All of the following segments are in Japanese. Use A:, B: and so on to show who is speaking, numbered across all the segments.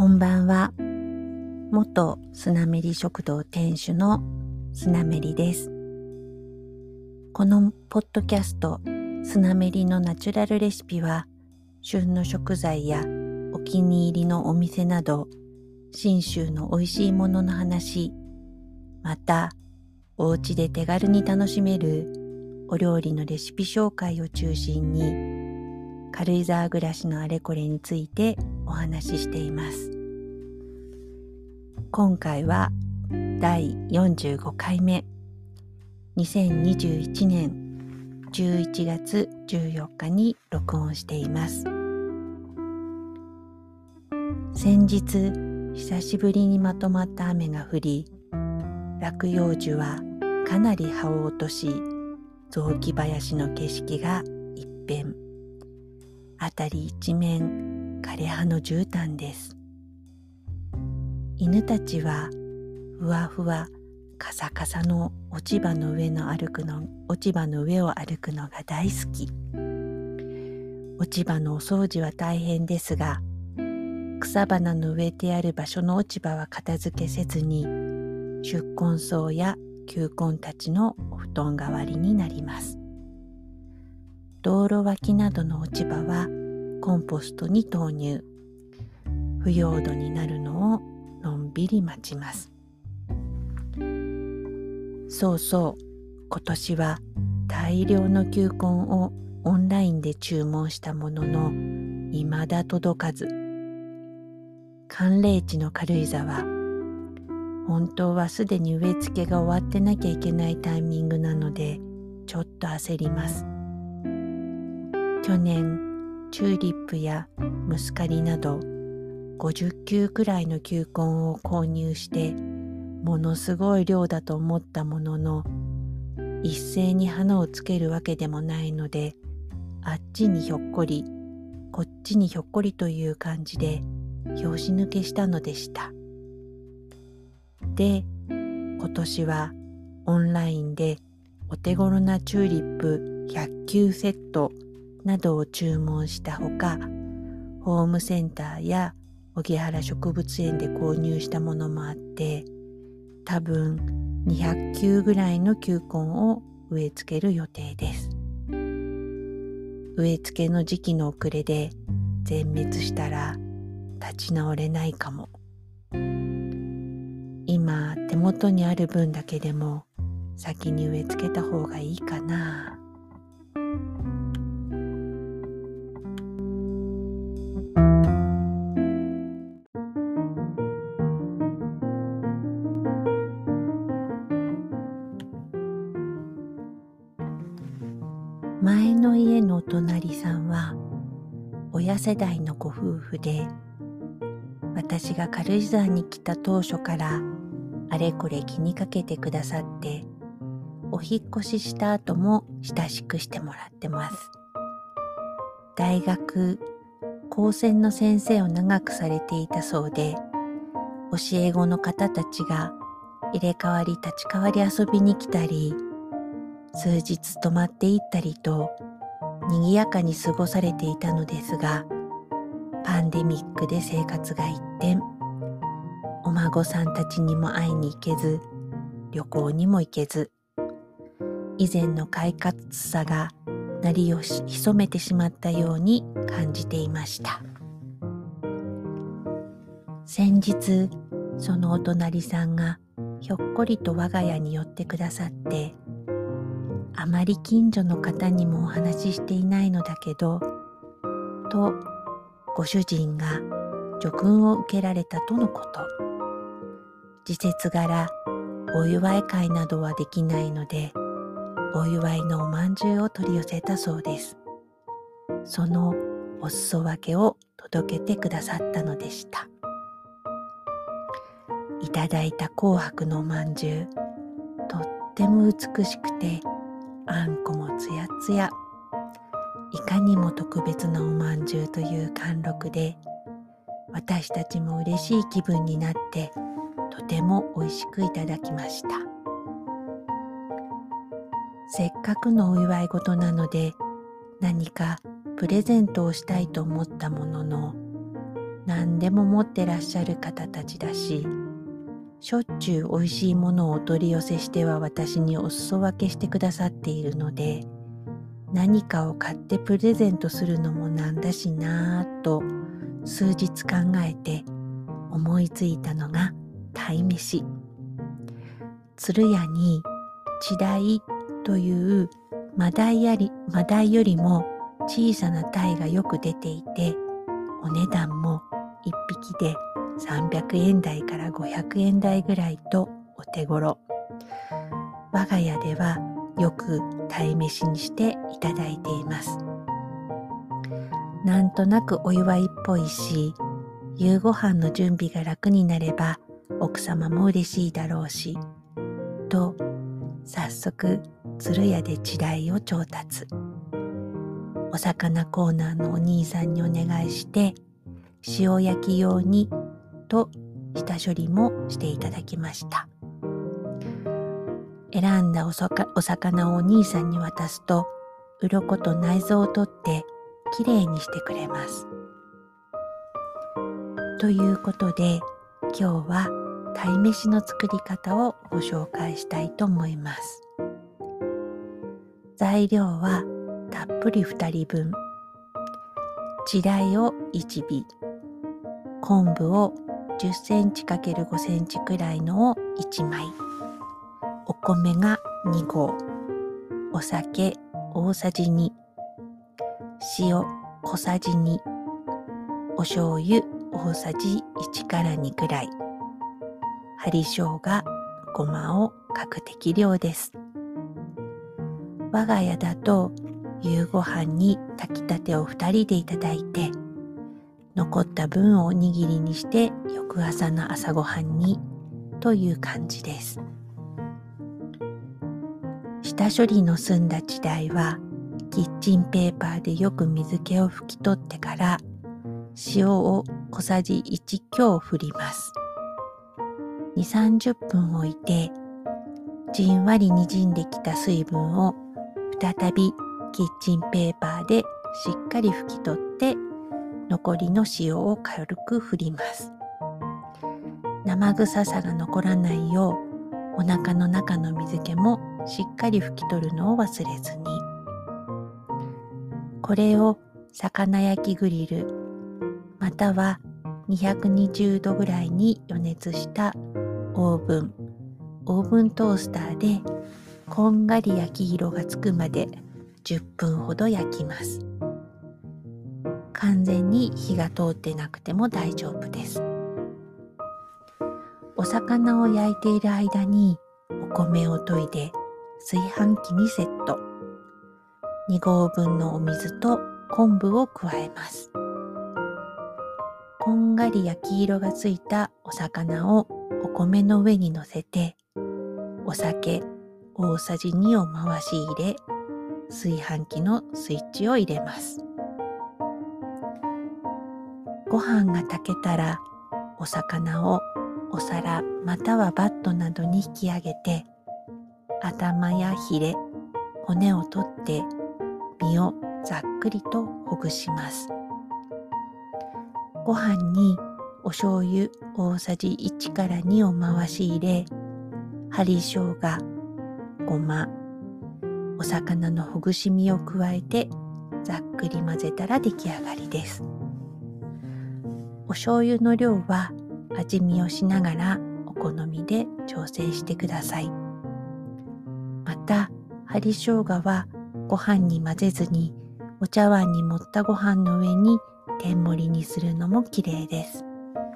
A: こんばんは。元スナメリ食堂店主のスナメリです。このポッドキャストスナメリのナチュラルレシピは、旬の食材やお気に入りのお店など信州の美味しいものの話、またお家で手軽に楽しめるお料理のレシピ紹介を中心に、軽井沢暮らしのあれこれについてお話ししています。今回は第45回目、2021年11月14日に録音しています。先日久しぶりにまとまった雨が降り、落葉樹はかなり葉を落とし、雑木林の景色が一変、辺り一面枯葉の絨毯です。犬たちはふわふわカサカサの落ち葉の上を歩くのが大好き。落ち葉のお掃除は大変ですが、草花の植えてある場所の落ち葉は片付けせずに、宿根草や球根たちのお布団代わりになります。道路脇などの落ち葉はコンポストに投入。腐葉土になるのをのんびり待ちます。そうそう、今年は大量の球根をオンラインで注文したものの、未だ届かず。寒冷地の軽井沢、本当はすでに植え付けが終わってなきゃいけないタイミングなので、ちょっと焦ります。去年チューリップやムスカリなど50球くらいの球根を購入して、ものすごい量だと思ったものの、一斉に花をつけるわけでもないので、あっちにひょっこりこっちにひょっこりという感じで拍子抜けしたのでした。で、今年はオンラインでお手頃なチューリップ100球セットなどを注文したほか、ホームセンターや荻原植物園で購入したものもあって、多分200球ぐらいの球根を植え付ける予定です。植え付けの時期の遅れで全滅したら立ち直れないかも。今手元にある分だけでも先に植え付けた方がいいかな。前の家のお隣さんは親世代のご夫婦で、私が軽井沢に来た当初からあれこれ気にかけてくださって、お引っ越しした後も親しくしてもらってます。大学高専の先生を長くされていたそうで、教え子の方たちが入れ替わり立ち替わり遊びに来たり、数日泊まっていったりと賑やかに過ごされていたのですが、パンデミックで生活が一転、お孫さんたちにも会いに行けず、旅行にも行けず、以前の快活さが鳴りを潜めてしまったように感じていました。先日そのお隣さんがひょっこりと我が家に寄ってくださって、あまり近所の方にもお話ししていないのだけど、とご主人が叙勲を受けられたとのこと。時節柄お祝い会などはできないので、お祝いのおまんじゅうを取り寄せたそうです。そのお裾分けを届けてくださったのでした。いただいた紅白のおまんじゅう、とっても美しくて、あんこもつやつや、いかにも特別なおまんじゅうという貫禄で、私たちも嬉しい気分になって、とても美味しくいただきました。せっかくのお祝い事なので、何かプレゼントをしたいと思ったものの、 何でも持ってらっしゃる方たちだし、しょっちゅう美味しいものをお取り寄せしては私にお裾分けしてくださっているので、何かを買ってプレゼントするのもなんだしなぁと数日考えて思いついたのが鯛めし。鶴屋に稚鯛というマダイよりも小さな鯛がよく出ていて、お値段も1匹で300円台から500円台ぐらいとお手頃。我が家ではよく鯛めしにしていただいています。なんとなくお祝いっぽいし、夕ご飯の準備が楽になれば奥様も嬉しいだろうし、と早速鶴屋で稚鯛を調達。お魚コーナーのお兄さんにお願いして塩焼き用にと下処理もしていただきました。選んだお魚をお兄さんに渡すと、鱗と内臓を取ってきれいにしてくれます。ということで、今日は鯛めしの作り方をご紹介したいと思います。材料はたっぷり2人分。稚鯛を1尾、昆布を10センチ ×5 センチくらいのを1枚、お米が2合、お酒大さじ2、塩小さじ2、お醤油大さじ1から2くらい、針生姜、ごまを各適量です。我が家だと夕ご飯に炊きたてを2人でいただいて、残った分をおにぎりにして翌朝の朝ごはんにという感じです。下処理の済んだ稚鯛はキッチンペーパーでよく水気を拭き取ってから塩を小さじ1強振ります。2、30分置いてじんわりにじんできた水分を再びキッチンペーパーでしっかり拭き取って残りの塩を軽く振ります。生臭さが残らないようお腹の中の水気もしっかり拭き取るのを忘れずに。これを魚焼きグリルまたは220度ぐらいに予熱したオーブントースターでこんがり焼き色がつくまで10分ほど焼きます。完全に火が通ってなくても大丈夫です。お魚を焼いている間にお米を研いで炊飯器にセット。2合分のお水と昆布を加えます。こんがり焼き色がついたお魚をお米の上に乗せて、お酒大さじ2を回し入れ、炊飯器のスイッチを入れます。ご飯が炊けたら、お魚をお皿またはバットなどに引き上げて、頭やヒレ、骨を取って身をざっくりとほぐします。ご飯にお醤油大さじ1から2を回し入れ、針生姜、ごま、お魚のほぐし身を加えてざっくり混ぜたら出来上がりです。お醤油の量は味見をしながらお好みで調整してください。また、針生姜はご飯に混ぜずにお茶碗に盛ったご飯の上に天盛りにするのも綺麗です。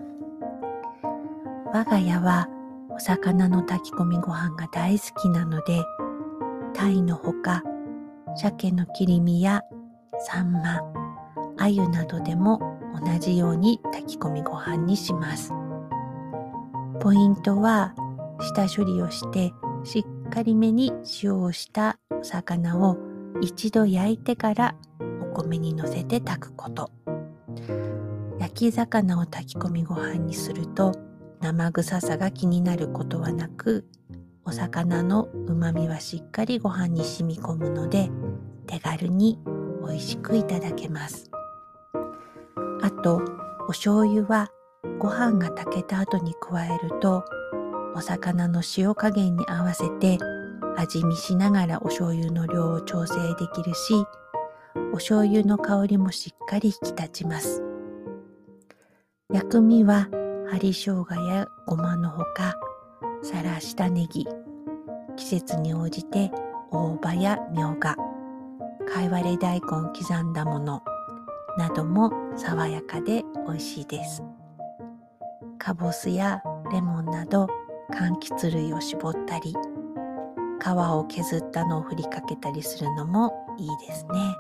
A: 我が家はお魚の炊き込みご飯が大好きなので、鯛のほか鮭の切り身やサンマ、鮎などでも同じように炊き込みご飯にします。ポイントは下処理をしてしっかりめに塩をしたお魚を一度焼いてからお米にのせて炊くこと。焼き魚を炊き込みご飯にすると生臭さが気になることはなく、お魚の旨味はしっかりご飯に染み込むので手軽に美味しくいただけます。あと、 お醤油はご飯が炊けた後に加えると、お魚の塩加減に合わせて味見しながらお醤油の量を調整できるし、お醤油の香りもしっかり引き立ちます。薬味は針生姜やごまのほか、さらしたネギ、季節に応じて大葉やみょうが、かいわれ大根刻んだものなども爽やかで美味しいです。かぼすやレモンなど柑橘類を絞ったり、皮を削ったのを振りかけたりするのもいいですね。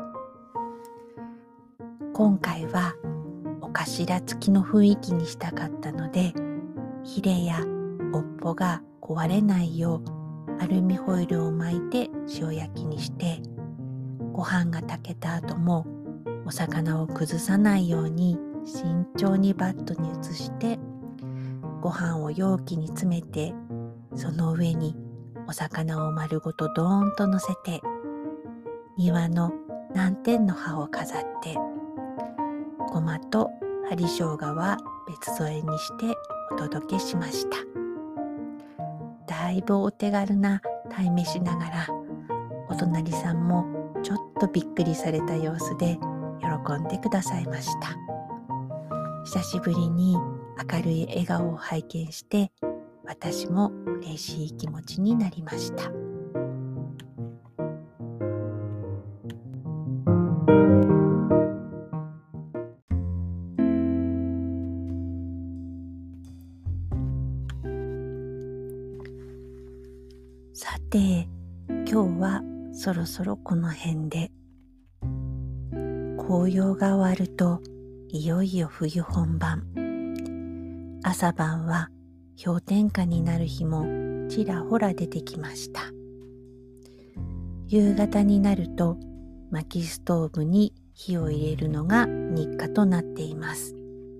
A: 今回はお頭付きの雰囲気にしたかったので、ヒレや尾っぽが壊れないようアルミホイルを巻いて塩焼きにして、ご飯が炊けた後もお魚を崩さないように慎重にバットに移して、ご飯を容器に詰めて、その上にお魚を丸ごとドーンと乗せて、庭の南天の葉を飾って、ごまと針生姜は別添えにしてお届けしました。だいぶお手軽な鯛めしながら、お隣さんもちょっとびっくりされた様子で喜んでくださいました。久しぶりに明るい笑顔を拝見して、私も嬉しい気持ちになりました。さて、今日はそろそろこの辺で。紅葉が終わるといよいよ冬本番。朝晩は氷点下になる日もちらほら出てきました。夕方になると薪ストーブに火を入れるのが日課となっています。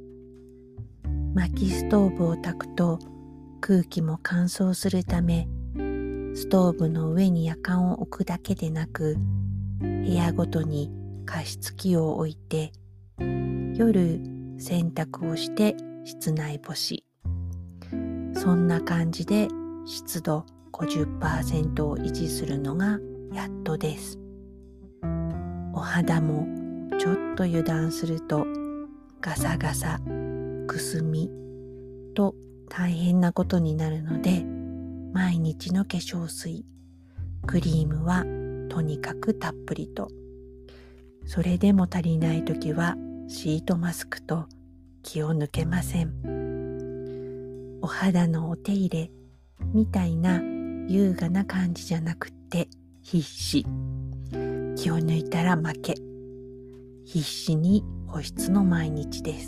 A: 薪ストーブを焚くと空気も乾燥するため、ストーブの上にやかんを置くだけでなく、部屋ごとに加湿器を置いて、夜洗濯をして室内干し。そんな感じで湿度 50% を維持するのがやっとです。お肌もちょっと油断するとガサガサ、くすみと大変なことになるので、毎日の化粧水、クリームはとにかくたっぷりと。それでも足りないときはシートマスクと気を抜けません。お肌のお手入れみたいな優雅な感じじゃなくって必死。気を抜いたら負け。必死に保湿の毎日です。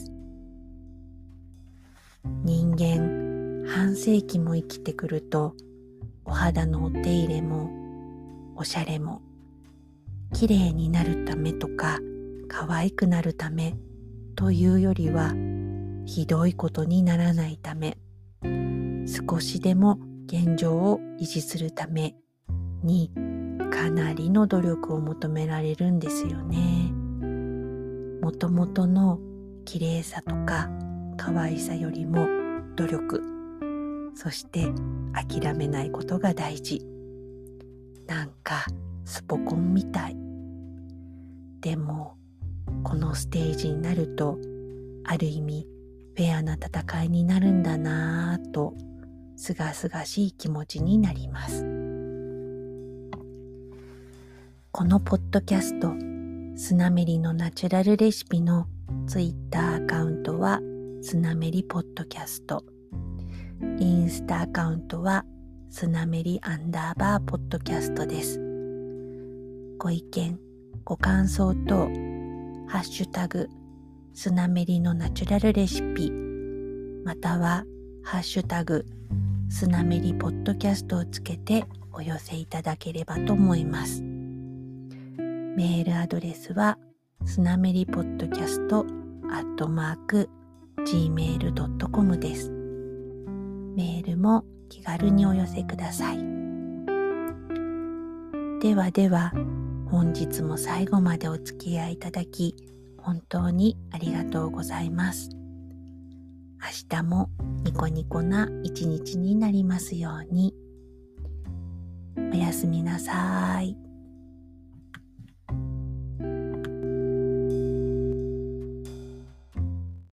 A: 人間半世紀も生きてくると、お肌のお手入れもおしゃれも綺麗になるためとか可愛くなるためというよりは、ひどいことにならないため、少しでも現状を維持するためにかなりの努力を求められるんですよね。もともとの綺麗さとか可愛さよりも努力、そして諦めないことが大事。なんかスポコンみたい。でもこのステージになると、ある意味フェアな戦いになるんだなぁと、すがすがしい気持ちになります。このポッドキャスト、スナメリのナチュラルレシピのツイッターアカウントはスナメリポッドキャスト、インスタアカウントはスナメリ_ポッドキャストです。ご意見、ご感想等、ハッシュタグスナメリのナチュラルレシピ、またはハッシュタグスナメリポッドキャストをつけてお寄せいただければと思います。メールアドレスはスナメリポッドキャスト@gmail.com です。メールも気軽にお寄せください。ではでは、本日も最後までお付き合いいただき本当にありがとうございます。明日もニコニコな一日になりますように。おやすみなさい。